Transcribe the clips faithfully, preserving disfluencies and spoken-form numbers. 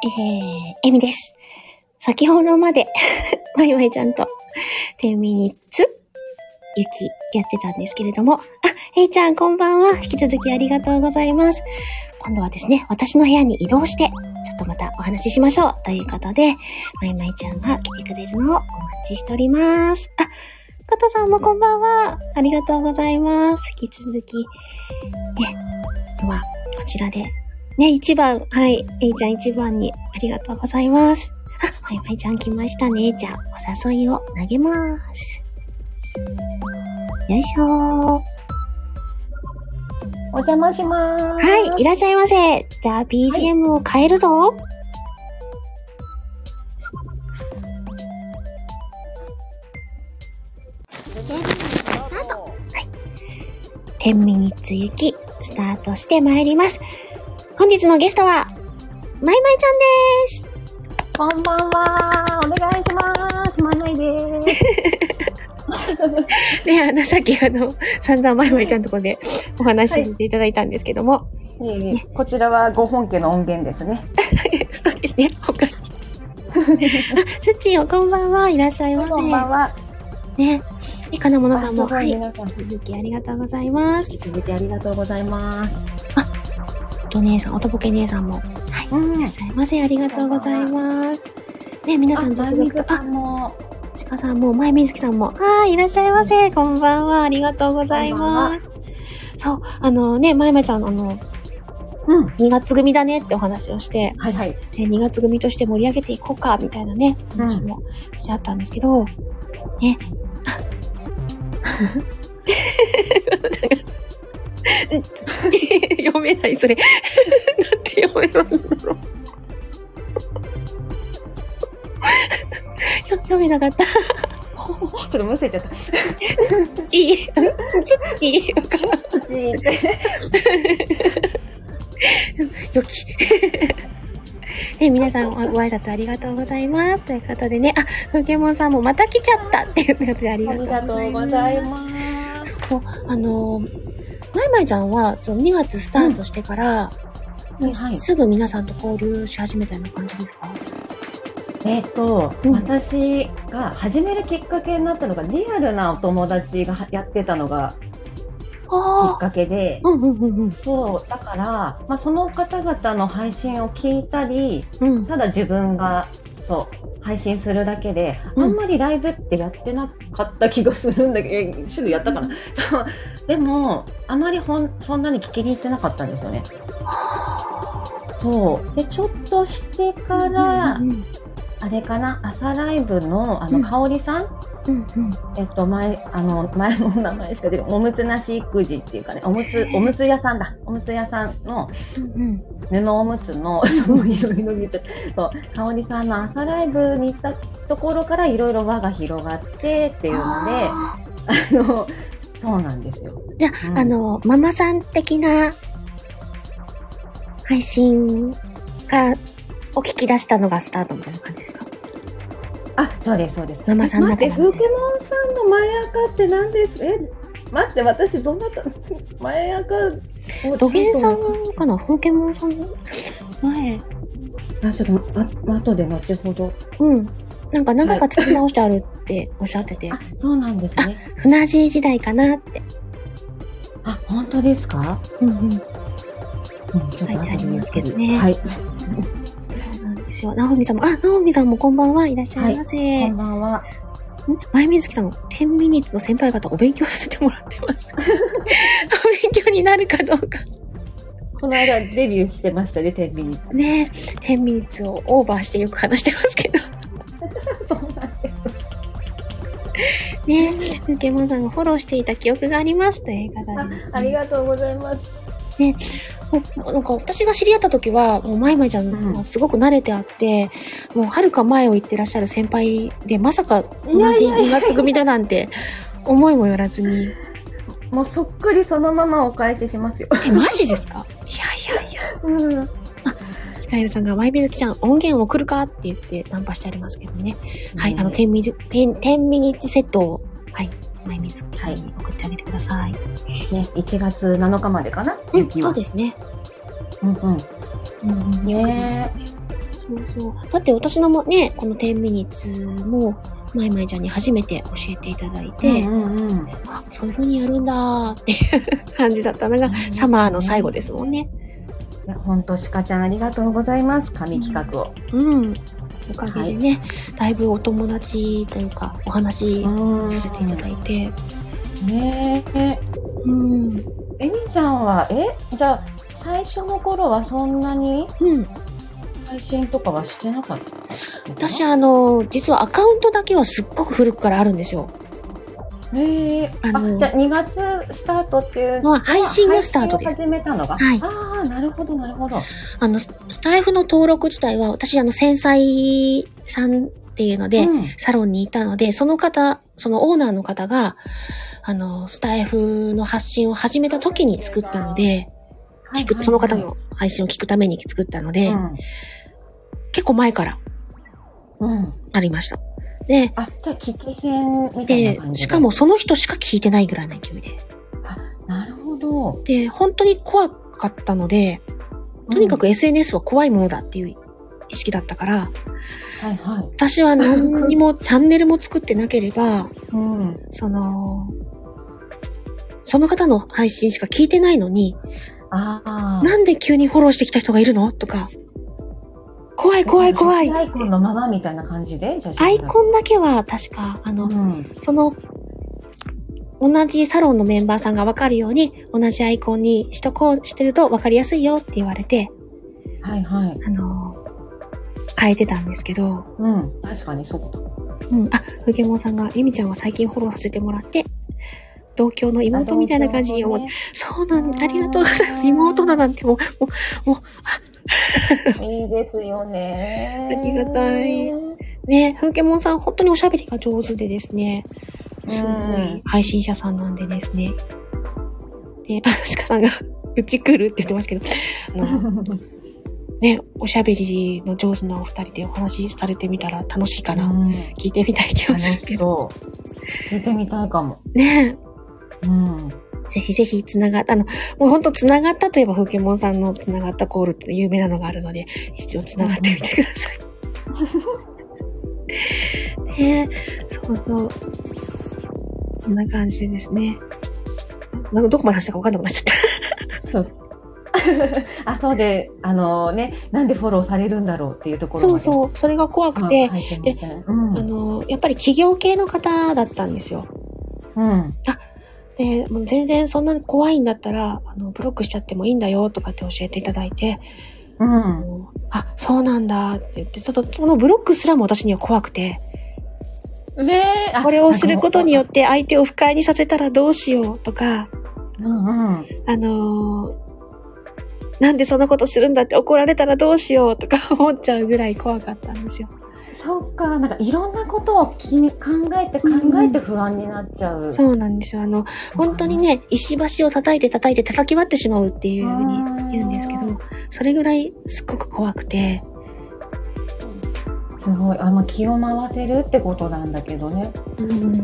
えー、エミです。先ほどまで、まいまいちゃんと、じゅうミニッツ、雪、やってたんですけれども、あ、えいちゃんこんばんは。引き続きありがとうございます。今度はですね、私の部屋に移動して、ちょっとまたお話ししましょう。ということで、まいまいちゃんが来てくれるのをお待ちしております。あ、加藤さんもこんばんは。ありがとうございます。引き続き、ね、では、こちらで、ね、一番、はい、えいちゃん一番にありがとうございます。あ、まいまいちゃん来ましたね。じゃあ、お誘いを投げます。よいしょー。 お邪魔しまーす。 はい、いらっしゃいませ。じゃあ、ビージーエム を変えるぞ。はい、じゅうミニッツ雪、スタートしてまいります。本日のゲストは、まいまいちゃんです。 こんばんは。お願いします。まいまいでーす。 ね、あの、さっきあの、散々まいまいちゃんのところでお話しさせていただいたんですけども。 はい、ね、こちらはご本家の音源ですね。 そうですね、他に。あ、すっちーよ、こんばんは。いらっしゃいませ。 こんばんは。 ね。え、金物さんも、 はい。 続きありがとうございます。 続きありがとうございます。 あ、お姉さん、おとぼけ姉さんも。はい。うん、いらっしゃいませ。ありがとうございます。ね、皆さん、続々と。 あ、も鹿さんも、まいみずきさんも。はい、いらっしゃいませ。こんばんは。ありがとうございます。そう、あのね、まいまいちゃんのあの、うん。にがつ組だねってお話をして。 はいはい。 ね、にがつ組として盛り上げていこうか、みたいなね、話もしてあったんですけど、うん、ね。読めない、それ。なんて読めないんだろう。読めなかった。 ちょっとむせちゃった。 ちー、ちっちー、わからん。 ちーって。 よき。ね、皆さんご挨拶ありがとうございます。ということでね、あ、ふけもんさんもまた来ちゃったっていうことでありがとうございます。 ありがとうございます。 そう、あのー、まいまいちゃんは、そのにがつスタートしてから、うん、はい、すぐ皆さんと交流し始めたような感じですか？ えっと、うん、私が始めるきっかけになったのが、リアルなお友達がやってたのがきっかけで、 うんうんうんうん、 そう、だから、まあ、その方々の配信を聞いたり、うん、ただ自分が、そう、配信するだけで、うん、あんまりライブってやってなかった気がするんだけど、すぐやったかな。うん、そうでも、あまりほんそんなに聞きに行ってなかったんですよね。そう。で、ちょっとしてから、うんうんうん、あれかな、朝ライブの、あの、かおりさん、うんうん、えっと、前、あの、前の名前しか出てこない、おむつなし育児っていうかね、おむつ、おむつ屋さんだ。おむつ屋さんの、布おむつの、そう、いろいろ言っちゃった。そう、かおりさんの朝ライブに行ったところからいろいろ輪が広がってっていうので、あの、そうなんですよ。 じゃあ、うん、あの、ママさん的な配信からお聞き出したのがスタートみたいな感じですか？ あ、そうです、そうです。 ママさんの中で。 待って、ふうけもんさんの前赤って何ですえ、待って、私どんなた、前赤を。 土下さんかな？ふうけもんさんの前。 あ、ちょっと、あ、後で後ほど。 うん。なんか何回か作り直してあるっておっしゃってて。 あ、そうなんですね。 ふなじ時代かなって。 あ、本当ですか？ うんうん。うん、 ちょっと後で言いますけどね。 はい。 ですよ。なおみさんも、あ、なおみさんもこんばんは。いらっしゃいませ。 はい、こんばんは。 んまゆみずきさん、じゅうミニッツの先輩方お勉強させてもらってます。お勉強になるかどうか。 この間デビューしてましたね、じゅうミニッツ。 ねえ、じゅうミニッツをオーバーしてよく話してますけど。 そうなんです。 ねえ、ふけもんさんがフォローしていた記憶がありますという方で、 あ、ありがとうございます。 ね、なんか私が知り合った時は、もうまいまいちゃんはすごく慣れてあって、うん、もうはるか前を行ってらっしゃる先輩で、まさか同じにがつ組だなんて思いもよらずに。 もうそっくりそのままお返ししますよ。 え、マジですか？いやいやいや。うん。あ、シカエルさんが、まいみずきちゃん音源送るかって言ってナンパしてありますけどね。うん、はい、あの、じゅうミニッツセットを、はい。まいみずきさんに送ってあげてください。 ね、いちがつなのかまでかな、 うん、そうですね。 うんうん。うん、ねそうそう。だって私のもね、このじゅうミニッツも、まいまいちゃんに初めて教えていただいて、うんうんうん、あ、そういう風にやるんだーっていう感じだったのが、サマーの最後ですもんね。 いや、ほんと、シカちゃんありがとうございます。神企画を。 うん。うん、おかげでね、はい、だいぶお友達というか、お話させていただいて。 ねえ。うん。えみちゃんは、えじゃあ、最初の頃はそんなに、うん。配信とかはしてなかった？ 私、あの、実はアカウントだけはすっごく古くからあるんですよ。 へえ。あの、じゃあにがつスタートっていうのは、 配信がスタートです。 配信を始めたのが。はい。ああ、なるほど、なるほど。 あの、スタイフの登録自体は、私、あの、繊細さんっていうので、うん、サロンにいたので、その方、そのオーナーの方が、あの、スタイフの発信を始めた時に作ったので、聞く、その方の配信を聞くために作ったので、うん、結構前から、ありました。で、 あ、じゃあ聞き戦みたいな感じで。 で、しかもその人しか聞いてないぐらいの勢いで。 あ、なるほど。 で、本当に怖かったので、とにかく エスエヌエス は怖いものだっていう意識だったから、 はいはい、 私は何にもチャンネルも作ってなければ、うん、その、その方の配信しか聞いてないのに、あなんで急にフォローしてきた人がいるのとか、怖い怖い怖い。 アイコンのままみたいな感じでアイコンだけは確か、あの、うん、その、同じサロンのメンバーさんがわかるように、同じアイコンにしとこうしてるとわかりやすいよって言われて、 はいはい。 あの、変えてたんですけど。 うん、確かにそうだ。 うん、あ、ふげもんさんが、ゆみちゃんは最近フォローさせてもらって、同郷の妹みたいな感じに思って、ね、そうなんありがとうございます。妹だなんてもう、もう、もう、 いいですよね。 ありがたい。ね、ふうけもんさん、本当におしゃべりが上手でですね、すごい配信者さんなんでですね。で、あの、しかさんが、うち来るって言ってますけど、あのね、おしゃべりの上手なお二人でお話しされてみたら楽しいかな。聞いてみたい気がするけど。 聞いてみたいかも。 ねえ。うん。ぜひぜひつながった、あの、もうほんとつながったといえば、ふうけもんさんのつながったコールって有名なのがあるので、一応つながってみてください。ねえ、そうそう。こんな感じでですね。なんかどこまで話したか分かんなくなっちゃった。そう。 あ、そうで、あのね、なんでフォローされるんだろうっていうところまで。 そうそう、それが怖くて、で、うん、あの、やっぱり企業系の方だったんですよ。うん。あ、で、もう全然そんなに怖いんだったら、あの、ブロックしちゃってもいいんだよとかって教えていただいて、うん。あ、そうなんだって言って、ちょっとそのブロックすらも私には怖くて、ねえ、これをすることによって相手を不快にさせたらどうしようとか、うんうん、あのー、なんでそんなことするんだって怒られたらどうしようとか思っちゃうぐらい怖かったんですよ。 そっか、なんかいろんなことを気に考えて考えて不安になっちゃう。 うん、そうなんですよ。あの、本当にね、石橋を叩いて叩いて叩き割ってしまうっていうふうに言うんですけど、それぐらいすっごく怖くて。 すごい、あの気を回せるってことなんだけどね。うん。うん、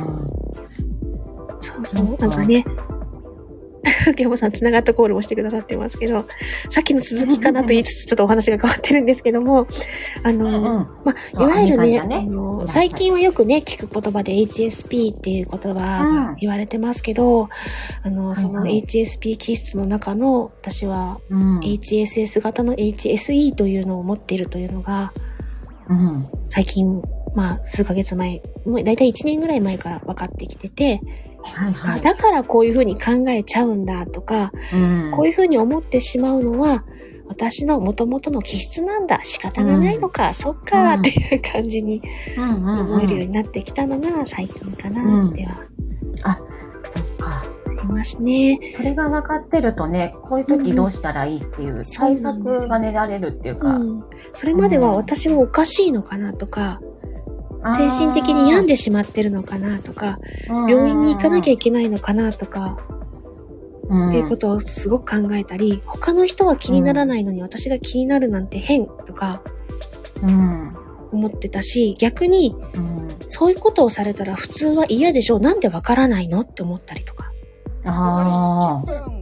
そうそう、なんかね。ケモさん繋がったコールをしてくださってますけど、さっきの続きかなと言いつつちょっとお話が変わってるんですけども、あの、うんうん、まあ、いわゆるね、ねあの、最近はよくね、聞く言葉で エイチエスピー っていう言葉が言われてますけど、うん、あの、その エイチエスピー 気質の中の、私は エイチエスエス 型の エイチエスイー というのを持っているというのが、うん、最近、まあ、数ヶ月前、もうだいたいいちねんぐらい前から分かってきてて、はいはい、だからこういうふうに考えちゃうんだとか、うん、こういうふうに思ってしまうのは私の元々の気質なんだ、仕方がないのか、うん、そっか、うん、っていう感じに思えるようになってきたのが最近かなっては、 うん、あ、そっか、 ありますね。 それが分かってるとね、こういう時どうしたらいいっていう対策が練られるっていうか、 うん、それまでは私もおかしいのかなとか、精神的に病んでしまってるのかなとか、病院に行かなきゃいけないのかなとか、うん、いうことをすごく考えたり、他の人は気にならないのに私が気になるなんて変とか、思ってたし、逆に、うん、そういうことをされたら普通は嫌でしょ、なんでわからないのって思ったりとか、あして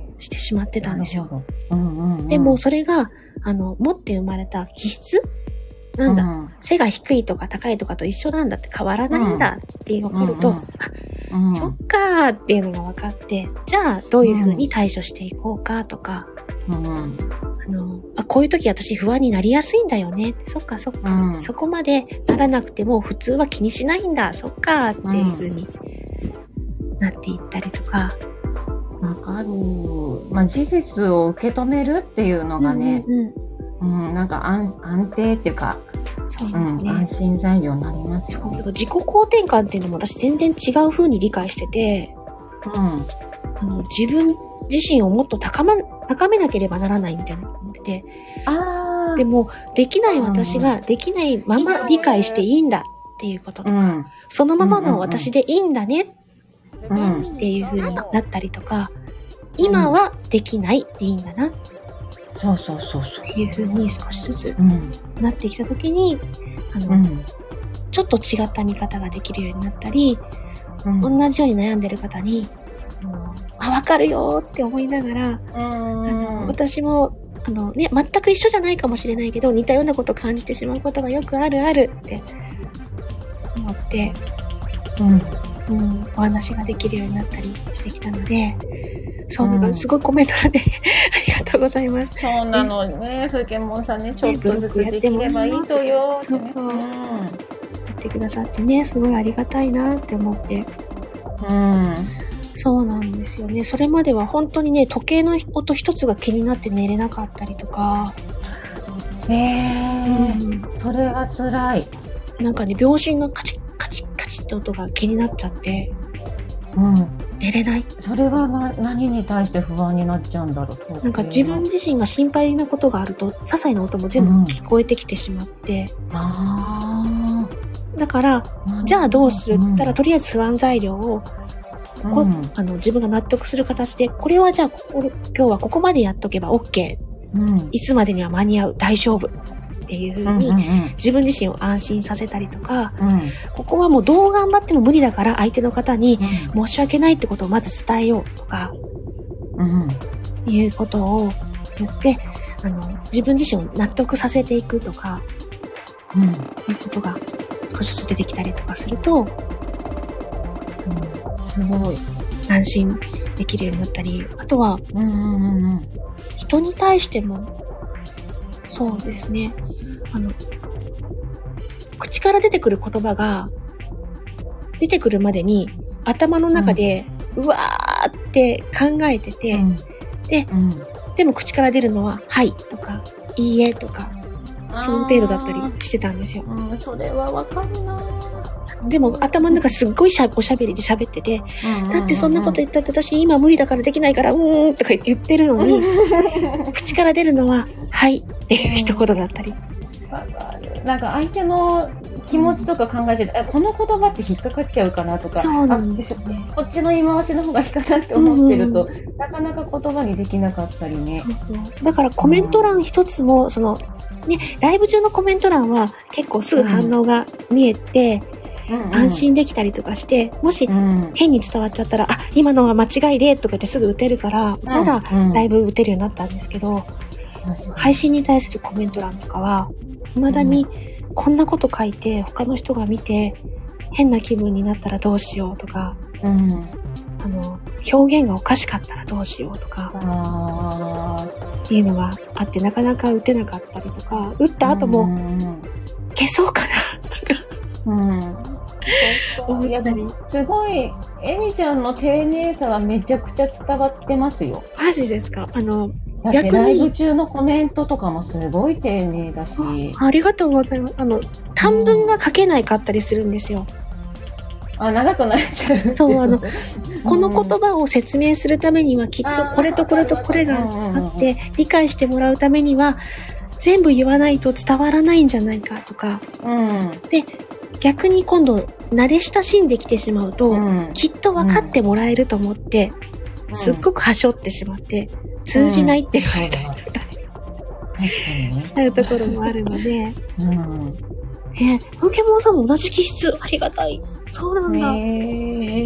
しまってたんですよ。 うんうんうん、 でもそれが、あの、持って生まれた気質なんだ、うん、背が低いとか高いとかと一緒なんだって変わらないんだっていうのが来ると、うんうんうん、あ、そっかーっていうのが分かって、じゃあどういう風に対処していこうかとか、うんうん、あのあ、こういう時私不安になりやすいんだよね。そっかそっか、うん、そこまでならなくても普通は気にしないんだ。そっかっていう風になっていったりとか。 わかる。まあ事実を受け止めるっていうのがね、うんうんうんうん、なんか 安, 安定っていうか、そうですね、うん、安心材料になりますよね。 自己肯定感っていうのも私全然違う風に理解してて、うん、あの自分自身をもっと高ま高めなければならないみたいな思ってて、あでもできない私ができないまま理解していいんだっていうこととか、うん、そのままの私でいいんだねっていう風になったりとか、うん、今はできないでいいんだな。 そうそうそうそう。 っていう風に少しずつなってきたときに、うん、あの、うん、ちょっと違った見方ができるようになったり、うん、同じように悩んでる方に、うん、あ、わかるよって思いながら、うん、あの私もあの、ね、全く一緒じゃないかもしれないけど、似たようなことを感じてしまうことがよくあるあるって思って、うんうん、お話ができるようになったりしてきたので、そう、なんかすごいコメント欄で、うん、ありがとうございます。 そうなのね、ふうけもんさんね、ちょっとずつできればいいとよ。そうそう、うん。やってくださってね、すごいありがたいなって思って。うん。そうなんですよね。それまでは本当にね、時計の音一つが気になって寝れなかったりとか。 へー、うん、それは辛い。 なんかね、秒針のカチッカチッカチッって音が気になっちゃって。うん。寝れない。 それはな何に対して不安になっちゃうんだろう。 なんか自分自身が心配なことがあると、些細な音も全部聞こえてきてしまって。うん、あだから、じゃあどうするって言ったら、うん、とりあえず不安材料を、こうん、あの自分が納得する形で、これはじゃあここ今日はここまでやっとけば OK、うん、いつまでには間に合う、大丈夫っていう風に、うんうんうん、自分自身を安心させたりとか、うん、ここはもうどう頑張っても無理だから相手の方に申し訳ないってことをまず伝えようとか、うん、いうことを言って、あの自分自身を納得させていくとか、うん、いうことが少しずつ出てきたりとかすると、うん、すごい安心できるようになったり、あとは、うんうんうんうん、人に対してもそうですね。あの、口から出てくる言葉が、出てくるまでに、頭の中で、うん、うわーって考えてて、うん、で、うん、でも口から出るのは、はいとか、いいえとか、その程度だったりしてたんですよ。 うん、それはわかるなでも頭の中すっごいしゃおしゃべりで喋ってて、うんうんうんうん、だってそんなこと言ったって私今無理だからできないからうーんとか言ってるのに口から出るのははいっていう一言だったり、 うん、なんか相手の気持ちとか考えて、うん、この言葉って引っかかっちゃうかなとか、 そうなんですよね。 こっちの言い回しの方がいいかなって思ってると、うん、なかなか言葉にできなかったりね。 そうそうだからコメント欄一つもそのねライブ中のコメント欄は結構すぐ反応が見えて、うんうん、安心できたりとかして、もし変に伝わっちゃったら、うん、あ、今のは間違いでとか言ってすぐ打てるから、うん、まだだいぶ打てるようになったんですけど、うん、配信に対するコメント欄とかは、未だにこんなこと書いて他の人が見て変な気分になったらどうしようとか、うん、あの表現がおかしかったらどうしようとか、あいうのがあってなかなか打てなかったりとか、打った後も、うん、消そうかなとか。うんいやすごいエミちゃんの丁寧さはめちゃくちゃ伝わってますよ。 マジですか？あのだってライブ中のコメントとかもすごい丁寧だし、 あ, ありがとうございます。あの短文が書けないかったりするんですよ。 うん、あ長くなっちゃう。 そうあのこの言葉を説明するためにはきっとこれとこれとこれがあって理解してもらうためには全部言わないと伝わらないんじゃないかとか、うん、で逆に今度慣れ親しんできてしまうと、うん、きっと分かってもらえると思って、うん、すっごくはしょってしまって通じないって言われたりとか、うん、しちゃうところもあるので、うん、ね、ポケモンさんも同じ気質ありがたい。そうなんだ。へ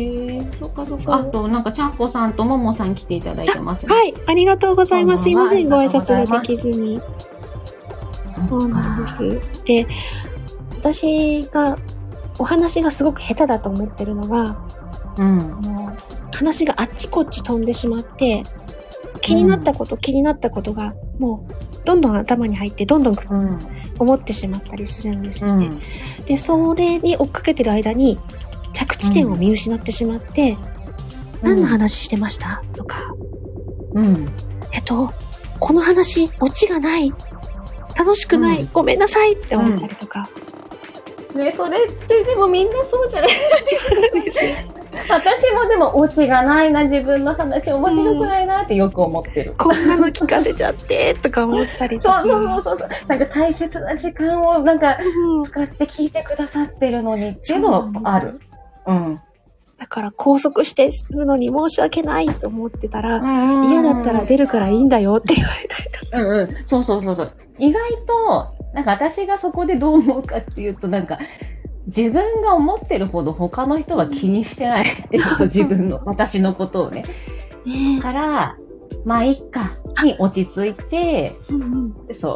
そうかそうか。あと、なんか、ちゃんこさんとももさん来ていただいてますね。 はい、ありがとうございます。すいません、ご挨拶ができずに。そうなんです。で、私が、お話がすごく下手だと思ってるのが、うん、あの話があっちこっち飛んでしまって、気になったこと、うん、気になったことが、もう、どんどん頭に入って、どんどん、うん、思ってしまったりするんですよね。うん、で、それに追っかけてる間に、着地点を見失ってしまって、うん、何の話してましたとか、うん、えっと、この話、オチがない、楽しくない、うん、ごめんなさいって思ったりとか。 うん、ね、それってでもみんなそうじゃないですか。私もでもオチがないな、自分の話面白くないなってよく思ってる。 うん、こんなの聞かせちゃってとか思ったりとか。 そうそうそうそう。なんか大切な時間をなんか使って聞いてくださってるのにっていうのはある。うん。 だから拘束してるのに申し訳ないと思ってたら、嫌だったら出るからいいんだよって言われたりとか。 うんうん。そうそうそうそう。意外と、なんか私がそこでどう思うかっていうと、なんか、自分が思ってるほど他の人は気にしてないっていう、そう自分の、私のことをね。ねから、まあ、いっか、に落ち着いて、うんうん、そう。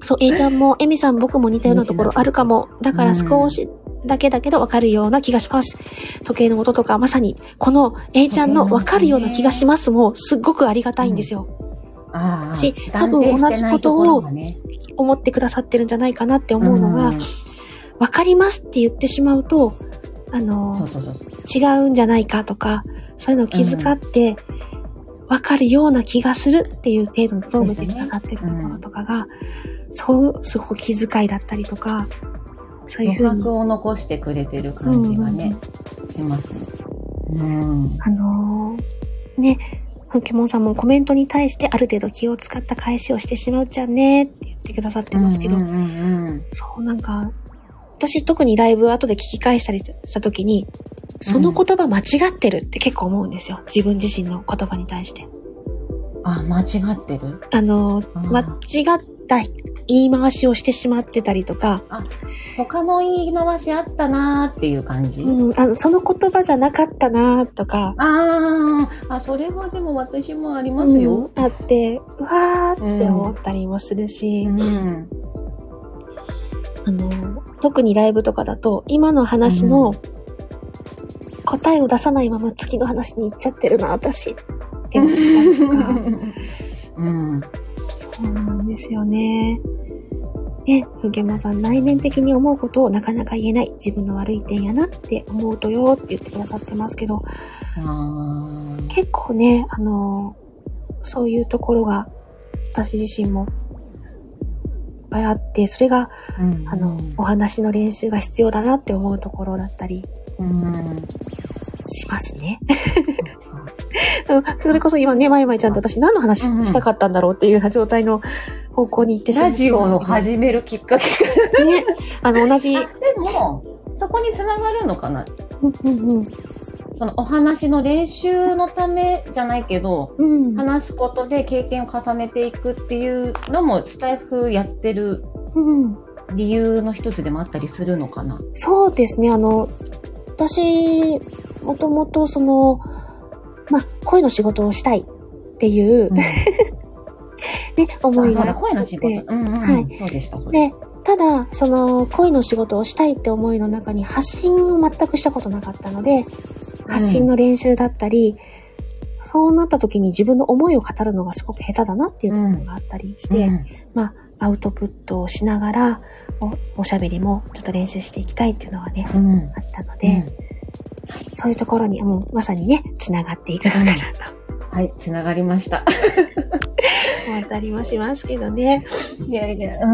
そう、A ちゃんも、エミさん僕も似たようなところあるかも。だから少しだけだけど分かるような気がします。時計の音とか、まさに、この A ちゃんの分かるような気がしますも、すっごくありがたいんですよ。うん、ああ。し、多分同じことを思ってくださってるんじゃないかなって思うのが、うんわかりますって言ってしまうと、あの、そうそうそう違うんじゃないかとか、そういうのを気遣って、わかるような気がするっていう程度に留めてくださってるところとかが、ねうん、そう、すごく気遣いだったりとか、 そういうふうに。余白を残してくれてる感じがね、しますね。うん、 あのー、ね、ふんけもんさんもコメントに対してある程度気を使った返しをしてしまうじゃんねって言ってくださってますけど、うんうんうんうん、そうなんか、私特にライブ後で聞き返したりした時に、その言葉間違ってるって結構思うんですよ。自分自身の言葉に対して。 あ、間違ってる？ あの、あ間違った言い回しをしてしまってたりとか。 あ、他の言い回しあったなーっていう感じ？ うん、あの、その言葉じゃなかったなーとか。 ああ、それはでも私もありますよ。 うん、あって、うわーって思ったりもするし。うんうんあの、特にライブとかだと、今の話の答えを出さないまま次の話に行っちゃってるな、私。って思ったりとか。うん。そうなんですよね。ね、ふげもさん、内面的に思うことをなかなか言えない。自分の悪い点やなって思うとよって言ってくださってますけど、あ結構ね、あの、そういうところが、私自身も、あって、それが、うんうん、あの、お話の練習が必要だなって思うところだったり、うん、しますね。それこそ今ね、まいまいちゃんと私何の話したかったんだろうっていうような状態の方向に行ってしまってます、ね。 ラジオの始めるきっかけね、あの、同じ。でも、そこに繋がるのかな。うんうんうんそのお話の練習のためじゃないけど、うん、話すことで経験を重ねていくっていうのもスタイフやってる理由の一つでもあったりするのかな、うん、 そうですね。あの、私、もともとその、まあ、声の仕事をしたいっていう、うん、ね、思いがあって。 声の仕事。うんうん、はい。そうでした。 で、ただ、その、声の仕事をしたいって思いの中に発信を全くしたことなかったので、発信の練習だったり、うん、そうなった時に自分の思いを語るのがすごく下手だなっていうところがあったりして、うん、まあ、アウトプットをしながらお、おしゃべりもちょっと練習していきたいっていうのがね、うん、あったので、うん、そういうところにもうまさにね、繋がっていくのかなと。 はい、繋がりました。 思ったりもしますけどね。 いやいや、うん、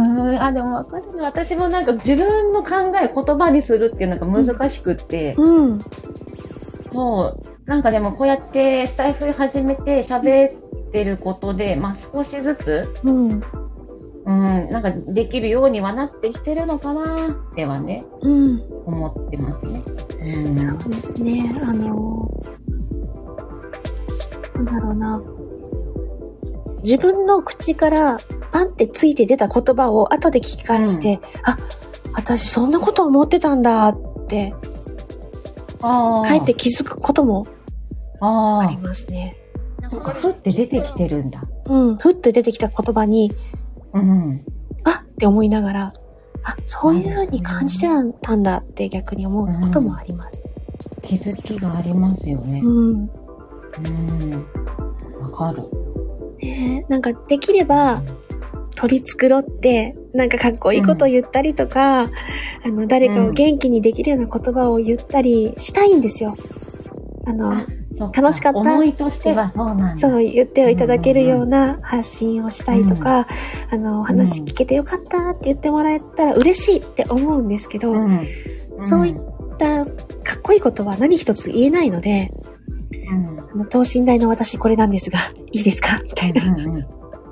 あ、でもわかる。私もなんか自分の考え言葉にするっていうのが難しくって、うんうんそう。なんかでもこうやってスタイフ始めて喋ってることで、まあ少しずつ、うん、うん、なんかできるようにはなってきてるのかなってはね、うん、思ってますね。 うん、そうですね。あの、なんだろうな。自分の口からパンってついて出た言葉を後で聞き返して、うん、あ、私そんなこと思ってたんだって、 帰って気づくこともありますね。 そっか、ふって出てきてるんだ。 うん、ふって出てきた言葉に、 うん、 あって思いながら、あ、そういう風に感じてたんだって逆に思うこともあります。 うん、気づきがありますよね。 うん。うん。 わかる。 ねえ、なんかできれば、取り繕って、なんかかっこいいことを言ったりとか、うん、あの、誰かを元気にできるような言葉を言ったりしたいんですよ。あの、あ楽しかった。 思いとしてはそうなんだ。 そう言っていただけるような発信をしたいとか、うん、あの、話聞けてよかったって言ってもらえたら嬉しいって思うんですけど、うんうん、そういったかっこいいことは何一つ言えないので、うん、あの等身大の私これなんですが、いいですかみたいな、うんうんうん、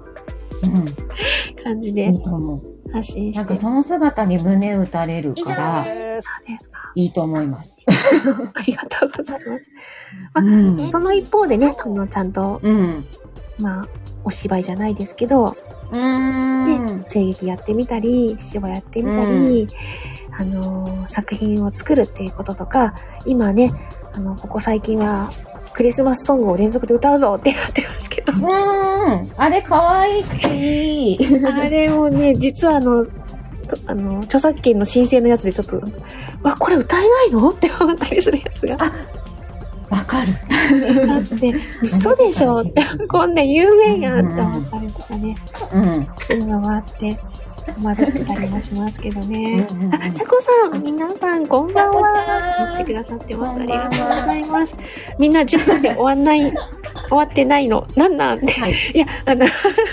感じで発信して。 なんかその姿に胸打たれるから、いいと思います。 ありがとうございます。まあうん、その一方でね、あのちゃんと、うん、まあお芝居じゃないですけど、 うーんね、声劇やってみたり、手話やってみたり、うん、あの作品を作るっていうこととか、今ね、あのここ最近はクリスマスソングを連続で歌うぞってやってますけど、 うーん、あれ可愛い。 あれもね、実はあの。あの、著作権の申請のやつでちょっと、わ、これ歌えないのって思ったりするやつが。 あ、わかる。 だって、嘘でしょって、こんな有名やんって思ったりとかね。うん。そういうのがあって、戸惑ってたりもしますけどね。うんうんうん、あ、ちゃこさん、皆さん、こんばんは。来てくださってます。ありがとうございます。みんなじゅっぷんで終わんない、終わってないの。なんなんて。はい、いや、あの、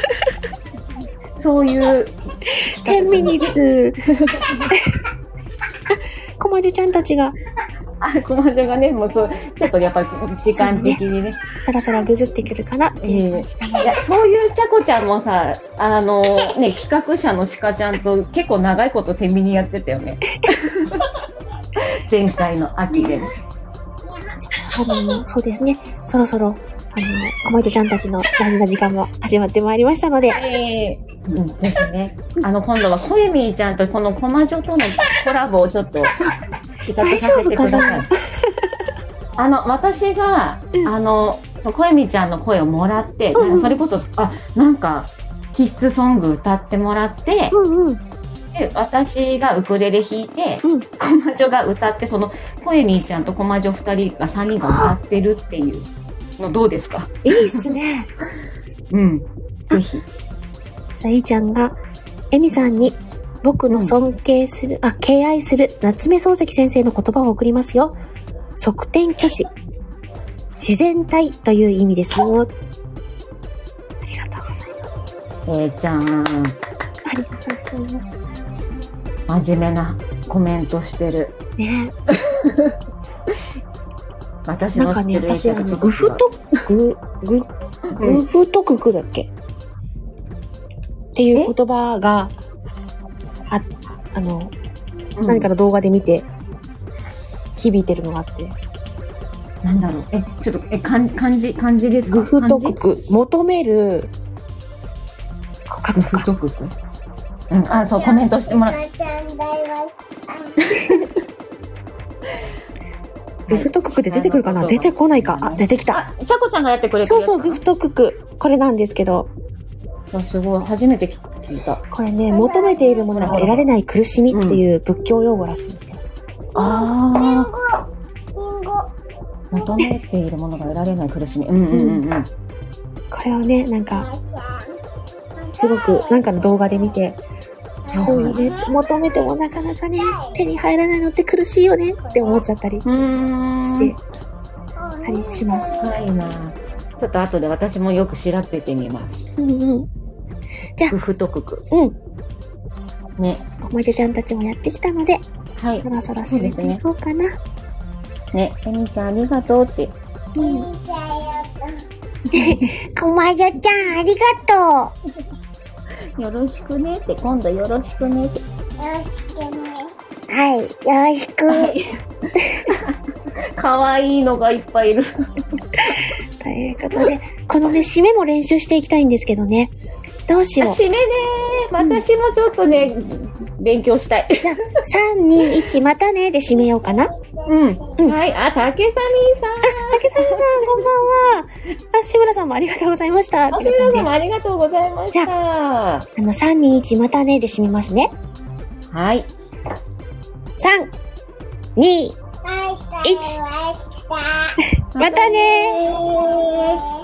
そういう。 じゅうミニッツ。コマジュちゃんたちが。 あ、コマジュがね、もうそう、ちょっとやっぱり時間的にね。 さらさらぐずってくるかなっていう、 えー。いや、そういうちゃこちゃんもさ、あの、ね、企画者の鹿ちゃんと結構長いこと手ミニやってたよね。前回の秋で。 あの、そうですね。そろそろ、あの、コマジュちゃんたちの大事な時間も始まってまいりましたので。 えーうん、ですね。あの、今度はコエミーちゃんとこのコマジョとのコラボをちょっと企画させてください。あの、私が、うん、あの、そう、コエミーちゃんの声をもらって、うんうん、それこそ、あ、なんか、キッズソング歌ってもらって、うんうん、で、私がウクレレ弾いて、うん、コマジョが歌って、その、コエミーちゃんとコマジョ二人が三人が歌ってるっていうのどうですか？ いいっすね。 うん。ぜひ。 じゃあ、いいちゃんが、エミさんに、僕の尊敬する、うん、あ、敬愛する夏目漱石先生の言葉を送りますよ。側転挙手。自然体という意味ですよ。ありがとうございます。 えーちゃん。ありがとうございます。 真面目なコメントしてる。 ね私の知ってるなんかね、私、あの、グフトク、グ、グフトククだっけっていう言葉が、あ、あの、うん、何かの動画で見て、響いてるのがあって。 なんだろう。え、ちょっと、え、漢字、漢字ですか？ グフトクク。求める、 グフトクク。うん、あ、そう、コメントしてもらう。 グフトククで出てくるかな？出てこないか。あ、出てきた。 あ、ちゃこちゃんがやってくれる。 そうそう、グフトクク。これなんですけど。 あ、すごい。初めて聞いた。 これね、求めているものが得られない苦しみっていう仏教用語らしいんですけど。 ああ。求めているものが得られない苦しみ。うんうんうんうん。 これをね、なんか、すごく、なんかの動画で見て、そうよね、求めてもなかなかね、手に入らないのって苦しいよねって思っちゃったりしてたりします。 深いな。ちょっと後で私もよく調べてみます。 うんうん。じゃあ、 グフトクク。 うん。 ね。 コマジョちゃんたちもやってきたので、はい。そろそろ締めていこうかな。 ね、エミちゃんありがとうって。 うん。コマジョちゃんありがとう。よろしくねって、今度よろしくねって。よろしくね。 はい、よろしく。はい、 かわいいのがいっぱいいる。 ということで、このね、締めも練習していきたいんですけどね。どうしよう。 締めねー。私もちょっとね、うん、勉強したい。 じゃあ、さん、に、いち、またねで締めようかな。 うん。うん、はい。あ、竹サミーさん。あ、 竹サミーさん、こんばんは。あ、志村さんもありがとうございました。 あ、志村さんもありがとうございました。 あの、さん、に、いち、またねで締めますね。 はい。 さん、に、いち。またねー。